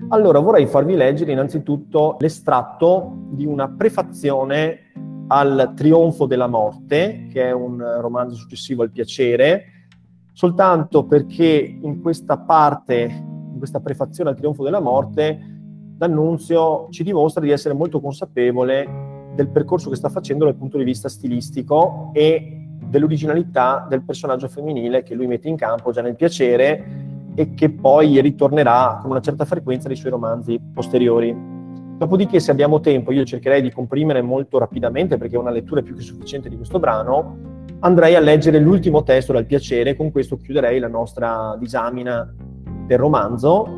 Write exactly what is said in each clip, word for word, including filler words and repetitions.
Allora, vorrei farvi leggere innanzitutto l'estratto di una prefazione al Trionfo della morte, che è un romanzo successivo al Piacere, soltanto perché in questa parte, in questa prefazione al Trionfo della morte, D'Annunzio ci dimostra di essere molto consapevole del percorso che sta facendo dal punto di vista stilistico e dell'originalità del personaggio femminile che lui mette in campo già nel Piacere e che poi ritornerà con una certa frequenza nei suoi romanzi posteriori. Dopodiché, se abbiamo tempo, io cercherei di comprimere molto rapidamente, perché è una lettura più che sufficiente di questo brano, andrei a leggere l'ultimo testo dal Piacere, con questo chiuderei la nostra disamina del romanzo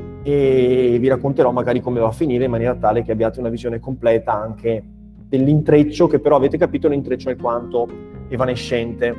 e vi racconterò magari come va a finire, in maniera tale che abbiate una visione completa anche dell'intreccio, che però avete capito è un intreccio alquanto evanescente.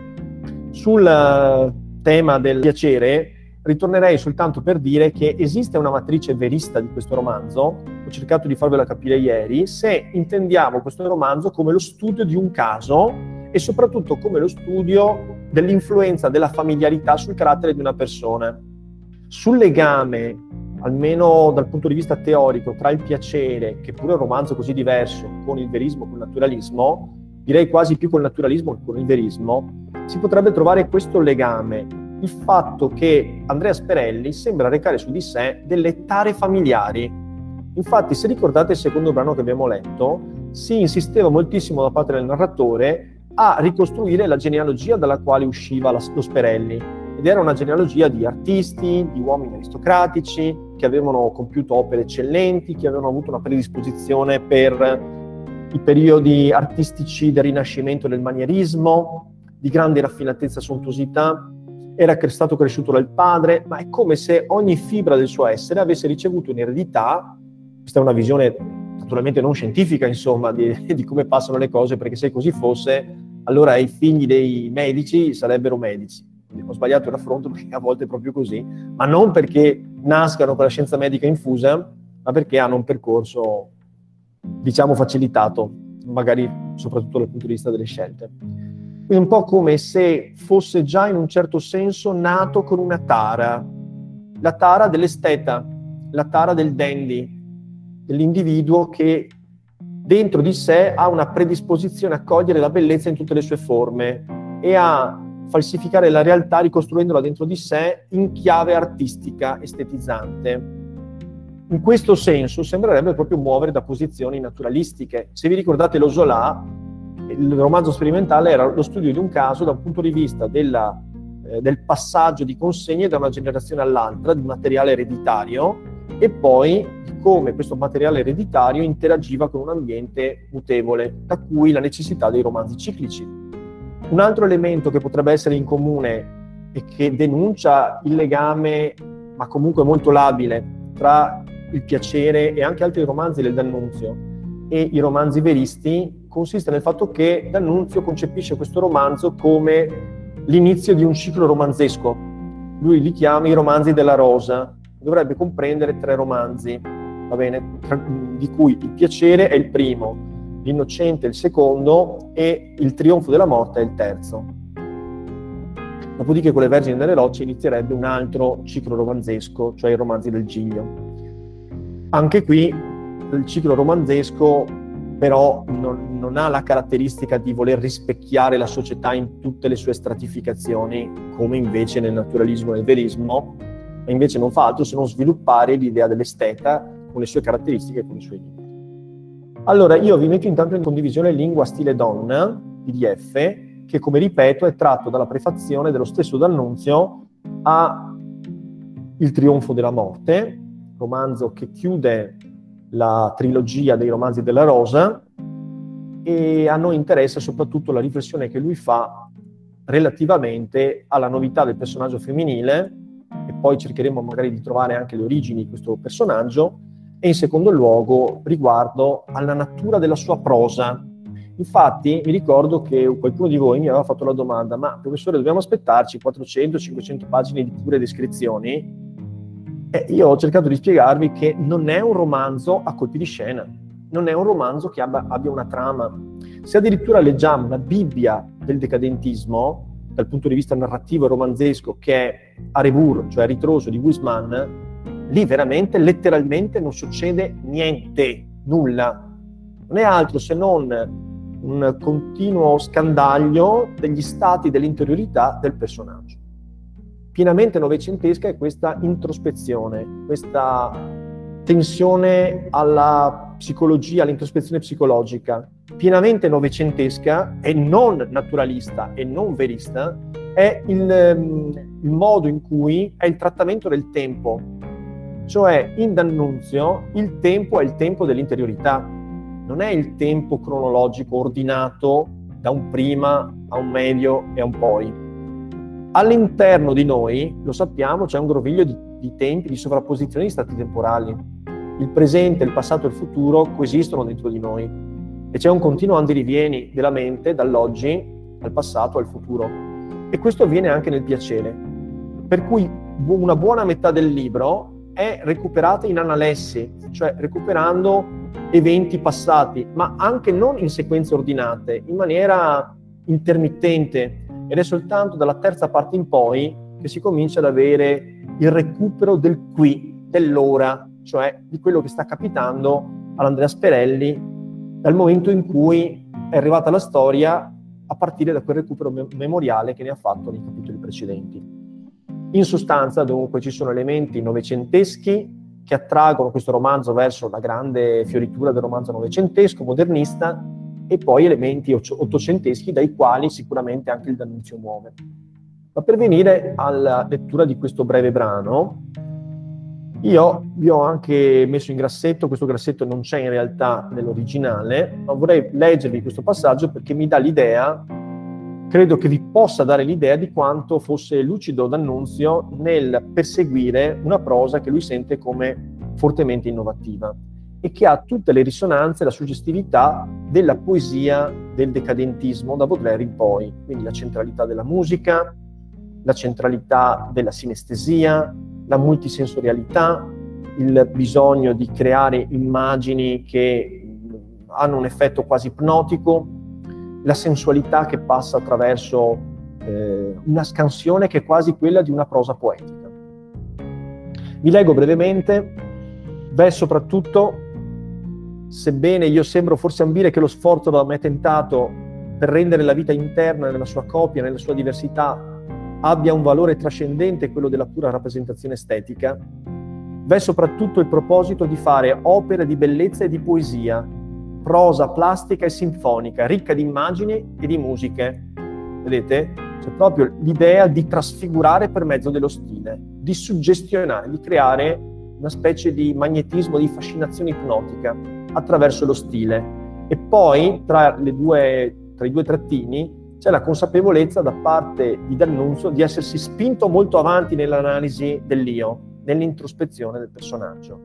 Sul tema del Piacere ritornerei soltanto per dire che esiste una matrice verista di questo romanzo, ho cercato di farvela capire ieri, se intendiamo questo romanzo come lo studio di un caso e soprattutto come lo studio dell'influenza della familiarità sul carattere di una persona. Sul legame, almeno dal punto di vista teorico, tra il Piacere, che pure è un romanzo così diverso, con il verismo, con il naturalismo, direi quasi più col naturalismo che con il verismo, si potrebbe trovare questo legame. Il fatto che Andrea Sperelli sembra recare su di sé delle tare familiari. Infatti, se ricordate il secondo brano che abbiamo letto, si insisteva moltissimo da parte del narratore a ricostruire la genealogia dalla quale usciva la, lo Sperelli. Ed era una genealogia di artisti, di uomini aristocratici, che avevano compiuto opere eccellenti, che avevano avuto una predisposizione per i periodi artistici del Rinascimento e del Manierismo, di grande raffinatezza e sontuosità. Era stato cresciuto dal padre, ma è come se ogni fibra del suo essere avesse ricevuto in eredità, questa è una visione naturalmente non scientifica, insomma, di, di come passano le cose, perché se così fosse, allora i figli dei medici sarebbero medici. Quindi ho sbagliato il raffronto, perché a volte è proprio così, ma non perché nascano con la scienza medica infusa, ma perché hanno un percorso, diciamo, facilitato, magari soprattutto dal punto di vista delle scelte. Un po' come se fosse già in un certo senso nato con una tara, la tara dell'esteta, la tara del dandy, dell'individuo che dentro di sé ha una predisposizione a cogliere la bellezza in tutte le sue forme e a falsificare la realtà ricostruendola dentro di sé in chiave artistica, estetizzante. In questo senso sembrerebbe proprio muovere da posizioni naturalistiche. Se vi ricordate lo Zola, il romanzo sperimentale era lo studio di un caso da un punto di vista della, eh, del passaggio di consegne da una generazione all'altra, di materiale ereditario, e poi di come questo materiale ereditario interagiva con un ambiente mutevole, da cui la necessità dei romanzi ciclici. Un altro elemento che potrebbe essere in comune e che denuncia il legame, ma comunque molto labile, tra il Piacere e anche altri romanzi del D'Annunzio e i romanzi veristi, consiste nel fatto che D'Annunzio concepisce questo romanzo come l'inizio di un ciclo romanzesco. Lui li chiama i romanzi della Rosa. Dovrebbe comprendere tre romanzi, va bene? Di cui il Piacere è il primo, l'Innocente è il secondo e il Trionfo della morte è il terzo. Dopodiché con le Vergini delle Rocce inizierebbe un altro ciclo romanzesco, cioè i romanzi del Giglio. Anche qui il ciclo romanzesco però non, non ha la caratteristica di voler rispecchiare la società in tutte le sue stratificazioni, come invece nel naturalismo e nel verismo, e invece non fa altro se non sviluppare l'idea dell'esteta con le sue caratteristiche e con i suoi limiti. Allora, io vi metto intanto in condivisione Lingua Stile Donna, P D F, che come ripeto è tratto dalla prefazione dello stesso D'Annunzio a Il Trionfo della morte, romanzo che chiude la trilogia dei romanzi della Rosa, e a noi interessa soprattutto la riflessione che lui fa relativamente alla novità del personaggio femminile, e poi cercheremo magari di trovare anche le origini di questo personaggio, e in secondo luogo riguardo alla natura della sua prosa. Infatti mi ricordo che qualcuno di voi mi aveva fatto la domanda: ma professore, dobbiamo aspettarci quattrocento cinquecento pagine di pure descrizioni? E io ho cercato di spiegarvi che non è un romanzo a colpi di scena, non è un romanzo che abbia, abbia una trama. Se addirittura leggiamo la Bibbia del decadentismo, dal punto di vista narrativo e romanzesco, che è A Rebours, cioè a ritroso di Huysmans, lì veramente, letteralmente, non succede niente, nulla. Non è altro se non un continuo scandaglio degli stati dell'interiorità del personaggio. Pienamente novecentesca è questa introspezione, questa tensione alla psicologia, all'introspezione psicologica. Pienamente novecentesca e non naturalista e non verista è il, il modo in cui è il trattamento del tempo. Cioè, in D'Annunzio il tempo è il tempo dell'interiorità. Non è il tempo cronologico ordinato da un prima a un medio e a un poi. All'interno di noi, lo sappiamo, c'è un groviglio di, di tempi, di sovrapposizioni di stati temporali. Il presente, il passato e il futuro coesistono dentro di noi e c'è un continuo andirivieni della mente dall'oggi al passato al futuro. E questo avviene anche nel piacere. Per cui una buona metà del libro è recuperata in analessi, cioè recuperando eventi passati, ma anche non in sequenze ordinate, in maniera intermittente. Ed è soltanto dalla terza parte in poi che si comincia ad avere il recupero del qui, dell'ora, cioè di quello che sta capitando all'Andrea Sperelli dal momento in cui è arrivata la storia, a partire da quel recupero me- memoriale che ne ha fatto nei capitoli precedenti. In sostanza, dunque, ci sono elementi novecenteschi che attraggono questo romanzo verso la grande fioritura del romanzo novecentesco, modernista, e poi elementi ottocenteschi dai quali sicuramente anche il D'Annunzio muove. Ma per venire alla lettura di questo breve brano, io vi ho anche messo in grassetto, questo grassetto non c'è in realtà nell'originale, ma vorrei leggervi questo passaggio perché mi dà l'idea, credo che vi possa dare l'idea di quanto fosse lucido D'Annunzio nel perseguire una prosa che lui sente come fortemente innovativa e che ha tutte le risonanze e la suggestività della poesia del decadentismo da Baudelaire in poi, quindi la centralità della musica, la centralità della sinestesia, la multisensorialità, il bisogno di creare immagini che hanno un effetto quasi ipnotico, la sensualità che passa attraverso eh, una scansione che è quasi quella di una prosa poetica. Vi leggo brevemente, beh, soprattutto, sebbene io sembro forse ambire che lo sforzo da me tentato per rendere la vita interna nella sua copia, nella sua diversità, abbia un valore trascendente, quello della pura rappresentazione estetica, v'è soprattutto il proposito di fare opere di bellezza e di poesia, prosa plastica e sinfonica, ricca di immagini e di musiche. Vedete? C'è proprio l'idea di trasfigurare per mezzo dello stile, di suggestionare, di creare una specie di magnetismo, di fascinazione ipnotica attraverso lo stile. E poi, tra, le due, tra i due trattini, c'è la consapevolezza da parte di D'Annunzio di essersi spinto molto avanti nell'analisi dell'io, nell'introspezione del personaggio.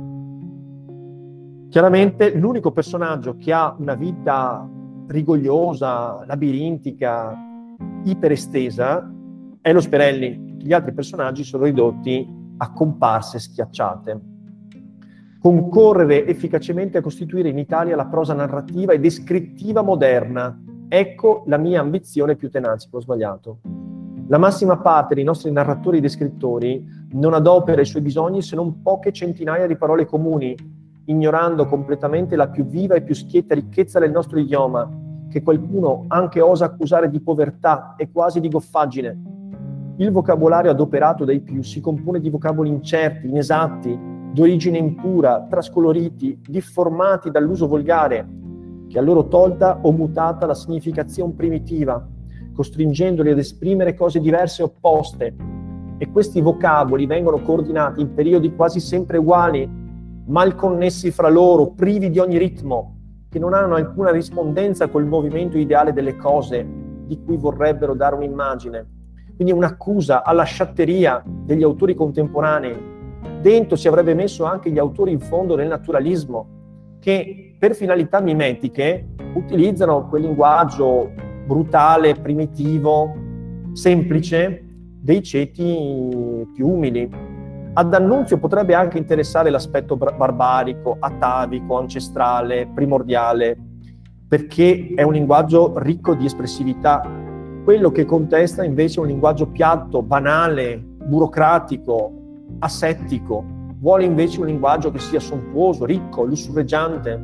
Chiaramente l'unico personaggio che ha una vita rigogliosa, labirintica, iperestesa è lo Sperelli. Tutti gli altri personaggi sono ridotti a comparse schiacciate. Concorrere efficacemente a costituire in Italia la prosa narrativa e descrittiva moderna. Ecco la mia ambizione più tenace, ho sbagliato. La massima parte dei nostri narratori e descrittori non adopera i suoi bisogni se non poche centinaia di parole comuni, ignorando completamente la più viva e più schietta ricchezza del nostro idioma, che qualcuno anche osa accusare di povertà e quasi di goffaggine. Il vocabolario adoperato dai più si compone di vocaboli incerti, inesatti, d'origine impura, trascoloriti, difformati dall'uso volgare, che a loro tolta o mutata la significazione primitiva, costringendoli ad esprimere cose diverse e opposte. E questi vocaboli vengono coordinati in periodi quasi sempre uguali, mal connessi fra loro, privi di ogni ritmo, che non hanno alcuna rispondenza col movimento ideale delle cose di cui vorrebbero dare un'immagine. Quindi un'accusa alla sciatteria degli autori contemporanei. Dentro si avrebbe messo anche gli autori in fondo del naturalismo, che per finalità mimetiche utilizzano quel linguaggio brutale, primitivo, semplice dei ceti più umili. A D'Annunzio potrebbe anche interessare l'aspetto barbarico, atavico, ancestrale, primordiale, perché è un linguaggio ricco di espressività. Quello che contesta invece è un linguaggio piatto, banale, burocratico, asettico, vuole invece un linguaggio che sia sontuoso, ricco, lussureggiante.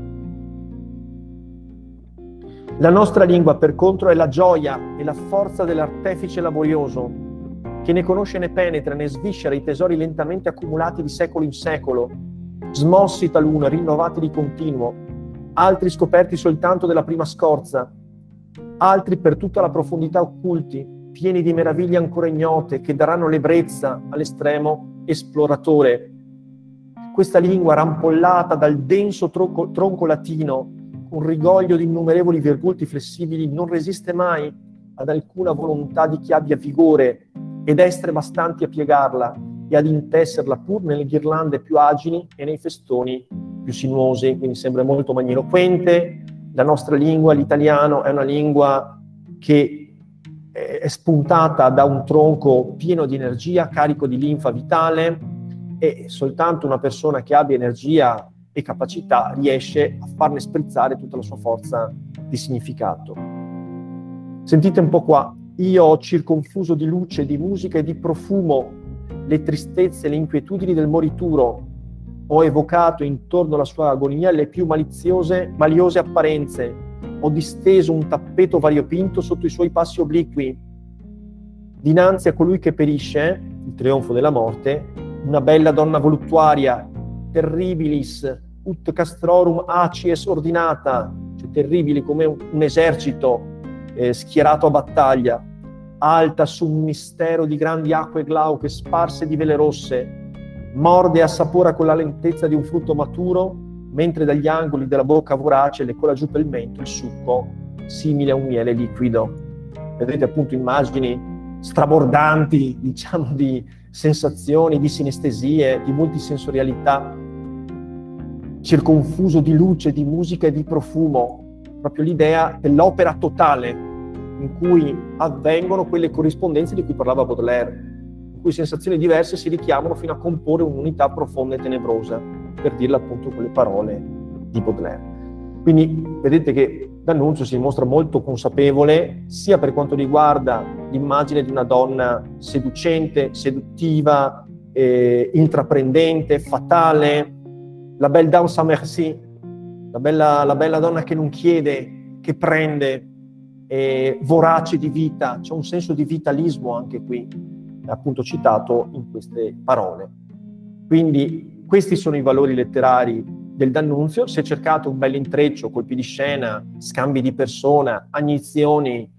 La nostra lingua, per contro, è la gioia e la forza dell'artefice laborioso, che ne conosce, ne penetra, ne sviscera i tesori lentamente accumulati di secolo in secolo, smossi taluno e rinnovati di continuo, altri scoperti soltanto della prima scorza, altri per tutta la profondità occulti, pieni di meraviglie ancora ignote, che daranno l'ebbrezza all'estremo esploratore. Questa lingua rampollata dal denso tronco, tronco latino, un rigoglio di innumerevoli virgolti flessibili, non resiste mai ad alcuna volontà di chi abbia vigore ed estre bastanti a piegarla e ad intesserla pur nelle ghirlande più agili e nei festoni più sinuosi. Quindi sembra molto magniloquente. La nostra lingua, l'italiano, è una lingua che è spuntata da un tronco pieno di energia, carico di linfa vitale, e soltanto una persona che abbia energia e capacità riesce a farne sprizzare tutta la sua forza di significato. Sentite un po' qua: io ho circonfuso di luce, di musica e di profumo le tristezze e le inquietudini del morituro, ho evocato intorno alla sua agonia le più maliziose, maliose apparenze, ho disteso un tappeto variopinto sotto i suoi passi obliqui. Dinanzi a colui che perisce, il trionfo della morte, una bella donna voluttuaria, terribilis, ut castrorum acies ordinata, cioè terribili come un, un esercito eh, schierato a battaglia, alta su un mistero di grandi acque glauche sparse di vele rosse, morde e assapora con la lentezza di un frutto maturo, mentre dagli angoli della bocca vorace le cola giù pel mento il succo simile a un miele liquido. Vedete appunto immagini strabordanti, diciamo, di sensazioni, di sinestesie, di multisensorialità, circonfuso di luce, di musica e di profumo, proprio l'idea dell'opera totale in cui avvengono quelle corrispondenze di cui parlava Baudelaire, in cui sensazioni diverse si richiamano fino a comporre un'unità profonda e tenebrosa, per dirla appunto con le parole di Baudelaire. Quindi vedete che D'Annunzio si mostra molto consapevole sia per quanto riguarda l'immagine di una donna seducente, seduttiva, eh, intraprendente, fatale, la belle dame sans merci, la bella, la bella donna che non chiede, che prende, eh, vorace di vita. C'è un senso di vitalismo anche qui, appunto citato in queste parole. Quindi questi sono i valori letterari del D'Annunzio. Si è cercato un bel intreccio, colpi di scena, scambi di persona, agnizioni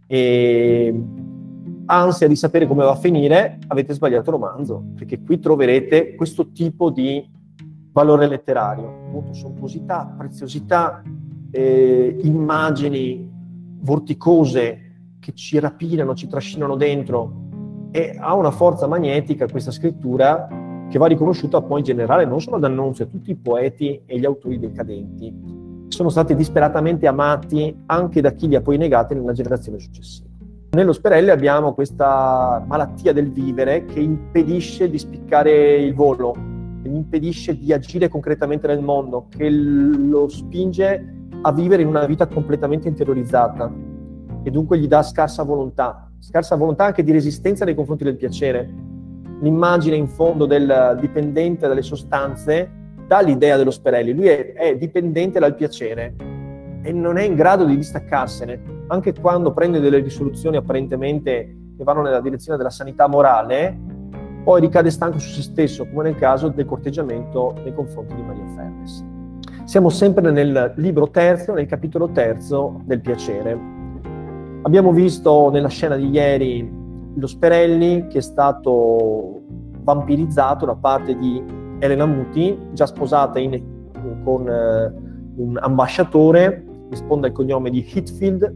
e ansia di sapere come va a finire. Avete sbagliato romanzo, perché qui troverete questo tipo di valore letterario, appunto sontuosità, preziosità, eh, immagini vorticose che ci rapinano, ci trascinano dentro, e ha una forza magnetica questa scrittura che va riconosciuta poi in generale non solo ad D'Annunzio, a tutti i poeti e gli autori decadenti. Sono stati disperatamente amati anche da chi li ha poi negati nella generazione successiva. Nello Sperelli abbiamo questa malattia del vivere che impedisce di spiccare il volo, che gli impedisce di agire concretamente nel mondo, che lo spinge a vivere in una vita completamente interiorizzata e dunque gli dà scarsa volontà, scarsa volontà anche di resistenza nei confronti del piacere. L'immagine in fondo del dipendente dalle sostanze dà l'idea dello Sperelli. Lui è, è dipendente dal piacere e non è in grado di distaccarsene, anche quando prende delle risoluzioni apparentemente che vanno nella direzione della sanità morale, poi ricade stanco su se stesso, come nel caso del corteggiamento nei confronti di Maria Ferres. Siamo sempre nel libro terzo, nel capitolo terzo del piacere. Abbiamo visto nella scena di ieri lo Sperelli che è stato vampirizzato da parte di Elena Muti, già sposata in, con eh, un ambasciatore, risponde al cognome di Heathfield,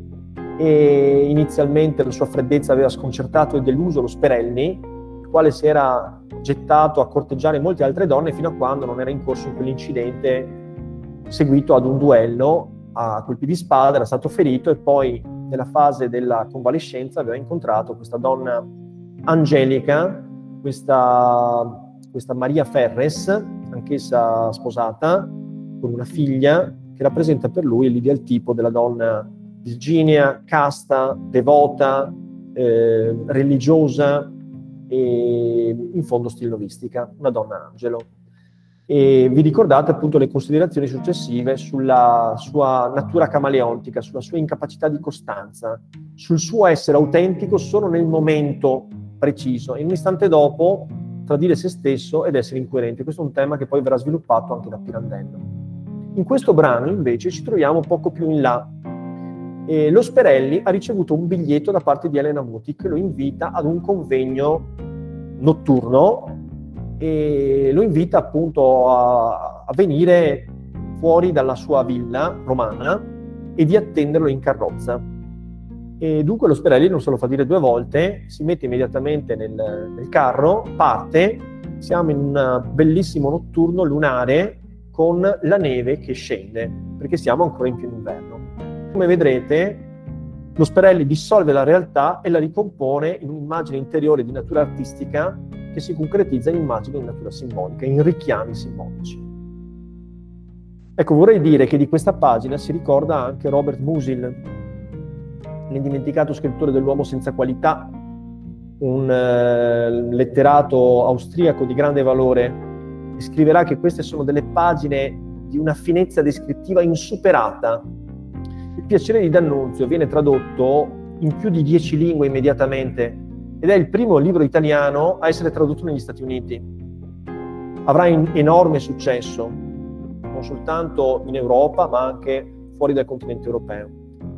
e inizialmente la sua freddezza aveva sconcertato e deluso lo Sperelli, il quale si era gettato a corteggiare molte altre donne fino a quando non era incorso in quell'incidente seguito ad un duello a colpi di spada, era stato ferito e poi nella fase della convalescenza aveva incontrato questa donna angelica, questa, questa Maria Ferres, anch'essa sposata, con una figlia, che rappresenta per lui l'ideal tipo della donna virginea, casta, devota, eh, religiosa e in fondo stilnovistica, una donna angelo. E vi ricordate appunto le considerazioni successive sulla sua natura camaleontica, sulla sua incapacità di costanza, sul suo essere autentico solo nel momento preciso e un istante dopo tradire se stesso ed essere incoerente. Questo è un tema che poi verrà sviluppato anche da Pirandello. In questo brano invece ci troviamo poco più in là. E lo Sperelli ha ricevuto un biglietto da parte di Elena Muti che lo invita ad un convegno notturno e lo invita appunto a, a venire fuori dalla sua villa romana e di attenderlo in carrozza. E dunque lo Sperelli non se lo fa dire due volte, si mette immediatamente nel, nel carro, parte, siamo in un bellissimo notturno lunare con la neve che scende, perché siamo ancora in pieno inverno. Come vedrete, lo Sperelli dissolve la realtà e la ricompone in un'immagine interiore di natura artistica che si concretizza in immagini di natura simbolica, in richiami simbolici. Ecco, vorrei dire che di questa pagina si ricorda anche Robert Musil, l'indimenticato scrittore dell'Uomo senza qualità, un eh, letterato austriaco di grande valore, e scriverà che queste sono delle pagine di una finezza descrittiva insuperata. Il piacere di D'Annunzio viene tradotto in più di dieci lingue immediatamente ed è il primo libro italiano a essere tradotto negli Stati Uniti. Avrà un enorme successo, non soltanto in Europa, ma anche fuori dal continente europeo.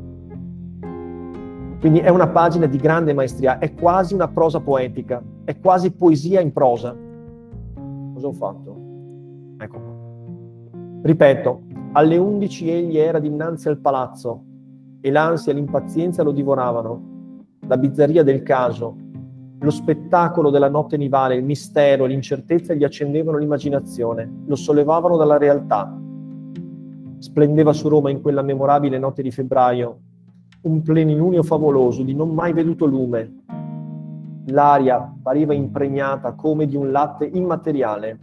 Quindi è una pagina di grande maestria, è quasi una prosa poetica, è quasi poesia in prosa. Cosa ho fatto? Ecco qua. Ripeto, alle undici egli era dinanzi al palazzo e l'ansia e l'impazienza lo divoravano. La bizzarria del caso, lo spettacolo della notte nivale, il mistero, l'incertezza gli accendevano l'immaginazione, lo sollevavano dalla realtà. Splendeva su Roma in quella memorabile notte di febbraio un plenilunio favoloso di non mai veduto lume. L'aria pareva impregnata come di un latte immateriale.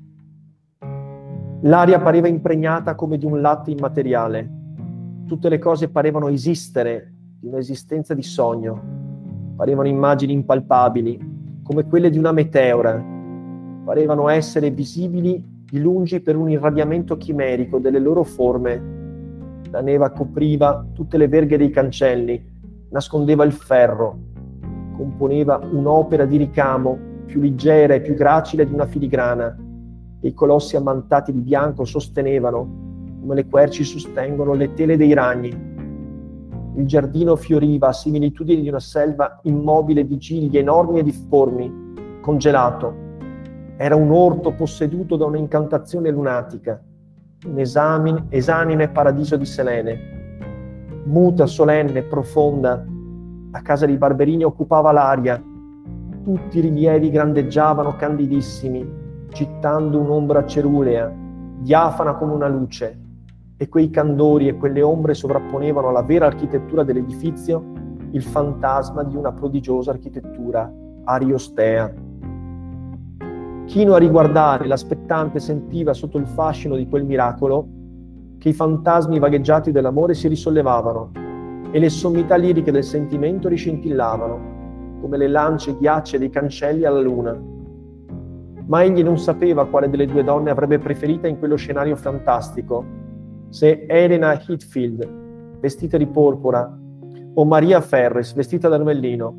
L'aria pareva impregnata come di un latte immateriale. Tutte le cose parevano esistere di un'esistenza di sogno. Parevano immagini impalpabili, come quelle di una meteora. Parevano essere visibili di lungi per un irradiamento chimerico delle loro forme. La neve copriva tutte le verghe dei cancelli, nascondeva il ferro, componeva un'opera di ricamo più leggera e più gracile di una filigrana, e i colossi ammantati di bianco sostenevano, come le querci sostengono le tele dei ragni. Il giardino fioriva a similitudine di una selva immobile di giglie enormi e difformi, congelato. Era un orto posseduto da un'incantazione lunatica, un esame, esanime paradiso di Selene. Muta, solenne, profonda, la casa dei Barberini occupava l'aria. Tutti i rilievi grandeggiavano candidissimi, gittando un'ombra cerulea, diafana come una luce, e quei candori e quelle ombre sovrapponevano alla vera architettura dell'edifizio il fantasma di una prodigiosa architettura ariostea. Chino a riguardare, l'aspettante sentiva sotto il fascino di quel miracolo che i fantasmi vagheggiati dell'amore si risollevavano e le sommità liriche del sentimento riscintillavano come le lance ghiacce dei cancelli alla luna. Ma egli non sapeva quale delle due donne avrebbe preferita in quello scenario fantastico, se Elena Heathfield, vestita di porpora, o Maria Ferris, vestita d'armellino.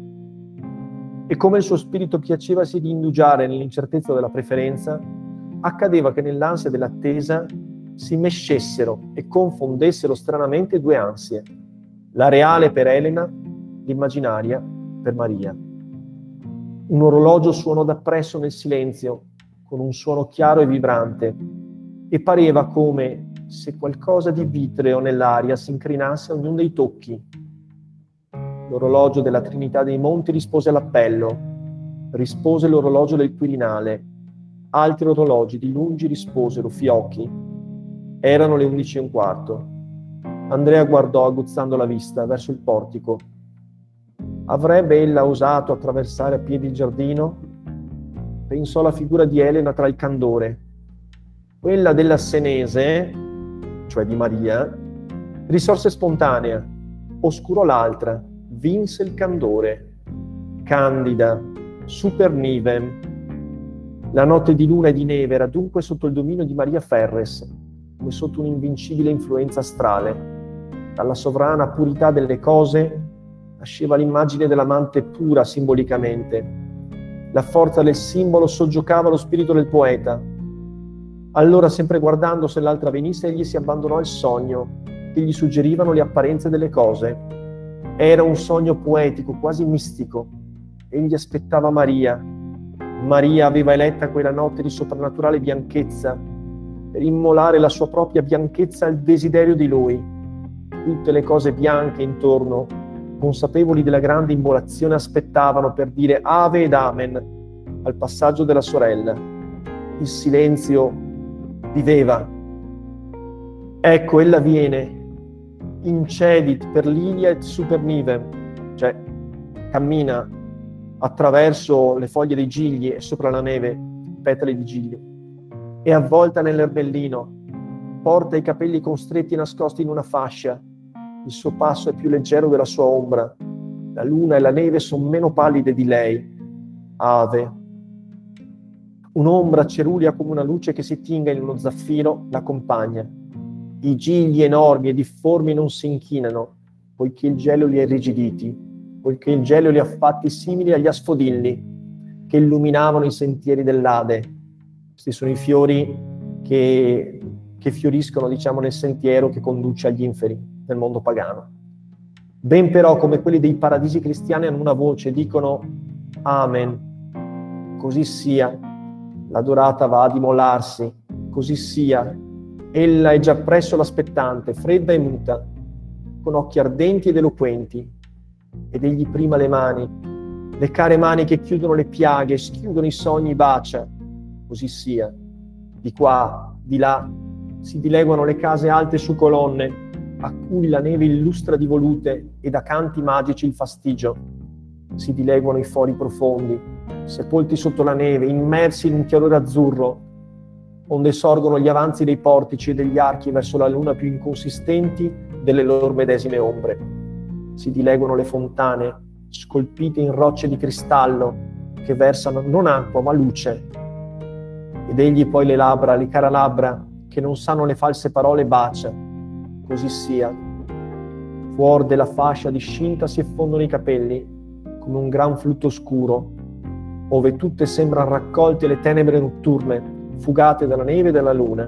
E come il suo spirito piacevasi di indugiare nell'incertezza della preferenza, accadeva che nell'ansia dell'attesa si mescessero e confondessero stranamente due ansie, la reale per Elena, l'immaginaria per Maria. Un orologio suonò dappresso nel silenzio, con un suono chiaro e vibrante, e pareva come se qualcosa di vitreo nell'aria si incrinasse a ognuno dei tocchi. L'orologio della Trinità dei Monti rispose all'appello, rispose l'orologio del Quirinale, altri orologi di lungi risposero, fiocchi. Erano le undici e un quarto. Andrea guardò aguzzando la vista verso il portico. Avrebbe ella osato attraversare a piedi il giardino? Pensò alla figura di Elena tra il candore. Quella della senese, cioè di Maria, risorse spontanea, oscurò l'altra, vinse il candore. Candida, super nivem. La notte di luna e di neve era dunque sotto il dominio di Maria Ferres, come sotto un'invincibile influenza astrale. Dalla sovrana purità delle cose nasceva l'immagine dell'amante pura simbolicamente. La forza del simbolo soggiocava lo spirito del poeta. Allora, sempre guardando se l'altra venisse, egli si abbandonò al sogno che gli suggerivano le apparenze delle cose. Era un sogno poetico, quasi mistico. Egli aspettava Maria. Maria aveva eletta quella notte di soprannaturale bianchezza per immolare la sua propria bianchezza al desiderio di lui. Tutte le cose bianche intorno, consapevoli della grande immolazione, aspettavano per dire Ave ed Amen al passaggio della sorella. Il silenzio viveva. Ecco, ella viene, incedit per lilia et super nivem, cioè cammina attraverso le foglie dei gigli e sopra la neve, petali di giglio, è avvolta nell'erbellino, porta i capelli costretti nascosti in una fascia, il suo passo è più leggero della sua ombra, la luna e la neve sono meno pallide di lei. Ave. Un'ombra cerulia come una luce che si tinga in uno zaffiro l'accompagna. I gigli enormi e difformi non si inchinano, poiché il gelo li ha irrigiditi, poiché il gelo li ha fatti simili agli asfodilli che illuminavano i sentieri dell'Ade. Questi sono i fiori che, che fioriscono, diciamo, nel sentiero che conduce agli inferi nel mondo pagano. Ben però, come quelli dei paradisi cristiani, hanno una voce, dicono Amen, così sia, l'adorata va ad immolarsi, così sia, ella è già presso l'aspettante, fredda e muta, con occhi ardenti ed eloquenti, ed egli prima le mani, le care mani che chiudono le piaghe, schiudono i sogni, bacia, così sia, di qua, di là, si dileguano le case alte su colonne, a cui la neve illustra di volute e da canti magici il fastigio. Si dileguano i fori profondi, sepolti sotto la neve, immersi in un chiarore azzurro, onde sorgono gli avanzi dei portici e degli archi verso la luna più inconsistenti delle loro medesime ombre. Si dileguano le fontane, scolpite in rocce di cristallo, che versano non acqua ma luce. Ed egli poi le labbra, le cara labbra, che non sanno le false parole, bacia. Così sia. Fuor della fascia discinta si effondono i capelli, come un gran flutto scuro, ove tutte sembrano raccolte le tenebre notturne, fugate dalla neve e dalla luna.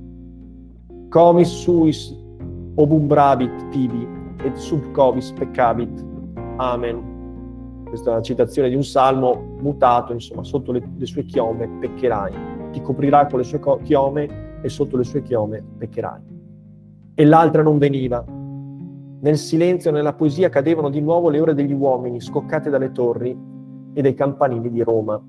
Comis suis obumbrabit tibi, et sub covis peccabit. Amen. Questa è una citazione di un salmo mutato, insomma, sotto le, le sue chiome peccherai. Ti coprirà con le sue chiome e sotto le sue chiome peccherai. E l'altra non veniva. Nel silenzio e nella poesia cadevano di nuovo le ore degli uomini, scoccate dalle torri e dai campanili di Roma.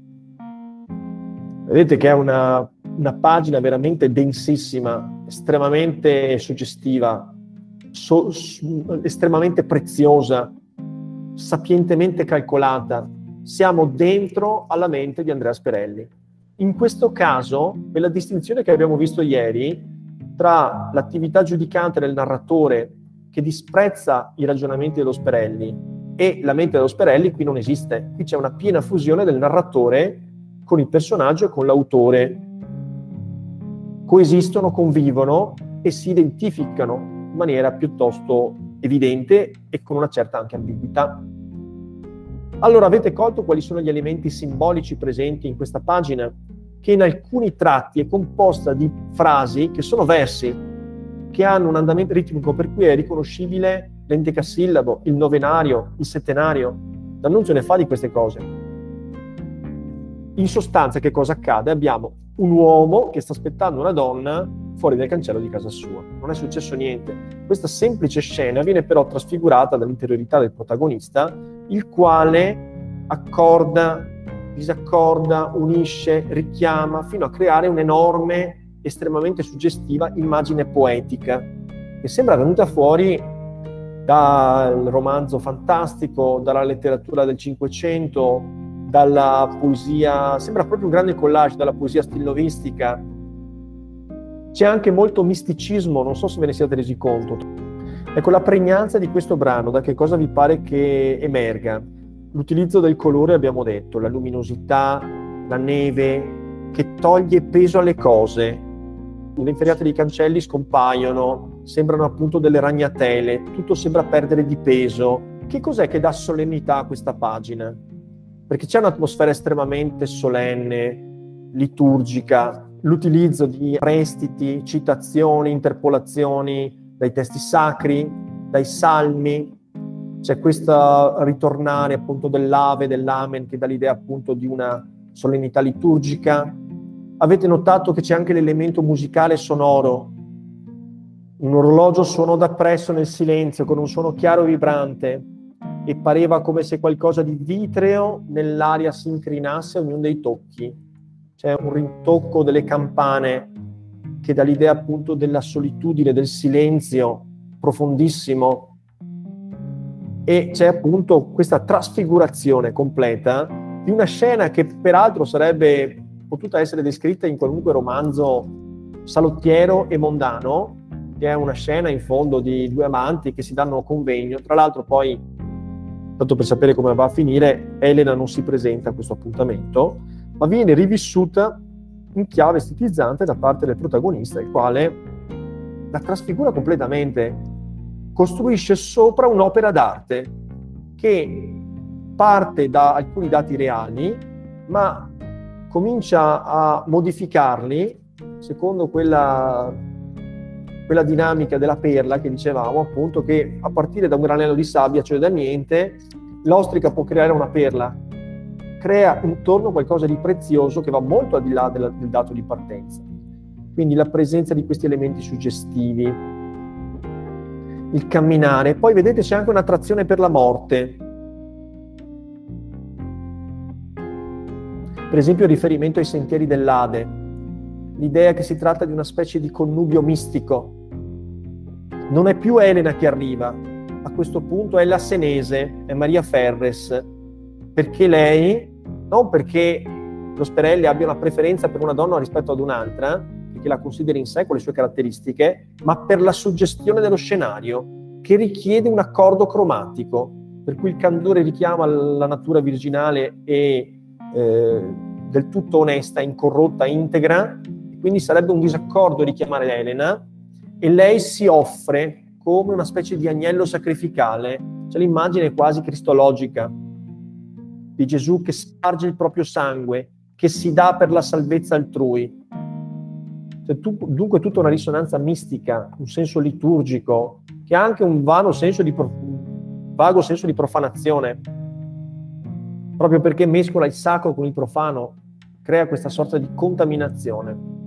Vedete che è una, una pagina veramente densissima, estremamente suggestiva, so, su, estremamente preziosa, sapientemente calcolata. Siamo dentro alla mente di Andrea Sperelli. In questo caso, per la distinzione che abbiamo visto ieri, tra l'attività giudicante del narratore che disprezza i ragionamenti dello Sperelli e la mente dello Sperelli, qui non esiste. Qui c'è una piena fusione del narratore con il personaggio e con l'autore. Coesistono, convivono e si identificano in maniera piuttosto evidente e con una certa anche ambiguità. Allora, avete colto quali sono gli elementi simbolici presenti in questa pagina? Che in alcuni tratti è composta di frasi che sono versi, che hanno un andamento ritmico per cui è riconoscibile l'endecasillabo, il novenario, il settenario. D'Annunzio ne fa di queste cose. In sostanza, che cosa accade? Abbiamo un uomo che sta aspettando una donna fuori dal cancello di casa sua. Non è successo niente. Questa semplice scena viene però trasfigurata dall'interiorità del protagonista, il quale accorda, disaccorda, unisce, richiama, fino a creare un'enorme, estremamente suggestiva immagine poetica, che sembra venuta fuori dal romanzo fantastico, dalla letteratura del Cinquecento, dalla poesia, sembra proprio un grande collage dalla poesia stilnovistica. C'è anche molto misticismo, non so se ve ne siate resi conto. Ecco, la pregnanza di questo brano, da che cosa vi pare che emerga? L'utilizzo del colore, abbiamo detto, la luminosità, la neve, che toglie peso alle cose. Le inferriate dei cancelli scompaiono, sembrano appunto delle ragnatele, tutto sembra perdere di peso. Che cos'è che dà solennità a questa pagina? Perché c'è un'atmosfera estremamente solenne, liturgica, l'utilizzo di prestiti, citazioni, interpolazioni dai testi sacri, dai salmi. C'è questo ritornare appunto dell'Ave, dell'Amen, che dà l'idea appunto di una solennità liturgica. Avete notato che c'è anche l'elemento musicale sonoro, un orologio suonò dappresso nel silenzio con un suono chiaro e vibrante e pareva come se qualcosa di vitreo nell'aria si incrinasse a ognuno dei tocchi. C'è un rintocco delle campane che dà l'idea appunto della solitudine, del silenzio profondissimo, e c'è appunto questa trasfigurazione completa di una scena che peraltro sarebbe potuta essere descritta in qualunque romanzo salottiero e mondano, che è una scena in fondo di due amanti che si danno convegno. Tra l'altro poi, tanto per sapere come va a finire, Elena non si presenta a questo appuntamento, ma viene rivissuta in chiave stilizzante da parte del protagonista, il quale la trasfigura completamente, costruisce sopra un'opera d'arte che parte da alcuni dati reali, ma comincia a modificarli secondo quella, quella dinamica della perla che dicevamo, appunto, che a partire da un granello di sabbia, cioè da niente, l'ostrica può creare una perla, crea intorno qualcosa di prezioso che va molto al di là del, del dato di partenza. Quindi la presenza di questi elementi suggestivi, il camminare. Poi vedete c'è anche un'attrazione per la morte. Per esempio il riferimento ai sentieri dell'Ade, l'idea che si tratta di una specie di connubio mistico. Non è più Elena che arriva, a questo punto è la senese, è Maria Ferres, perché lei, non perché lo Sperelli abbia una preferenza per una donna rispetto ad un'altra, che la consideri in sé con le sue caratteristiche, ma per la suggestione dello scenario, che richiede un accordo cromatico, per cui il candore richiama la natura virginale e Eh, del tutto onesta, incorrotta, integra, quindi sarebbe un disaccordo richiamare Elena, e lei si offre come una specie di agnello sacrificale. C'è l'immagine quasi cristologica di Gesù che sparge il proprio sangue, che si dà per la salvezza altrui. Cioè, tu, dunque tutta una risonanza mistica, un senso liturgico, che ha anche un vago senso di, un vago senso di profanazione, proprio perché mescola il sacro con il profano, crea questa sorta di contaminazione.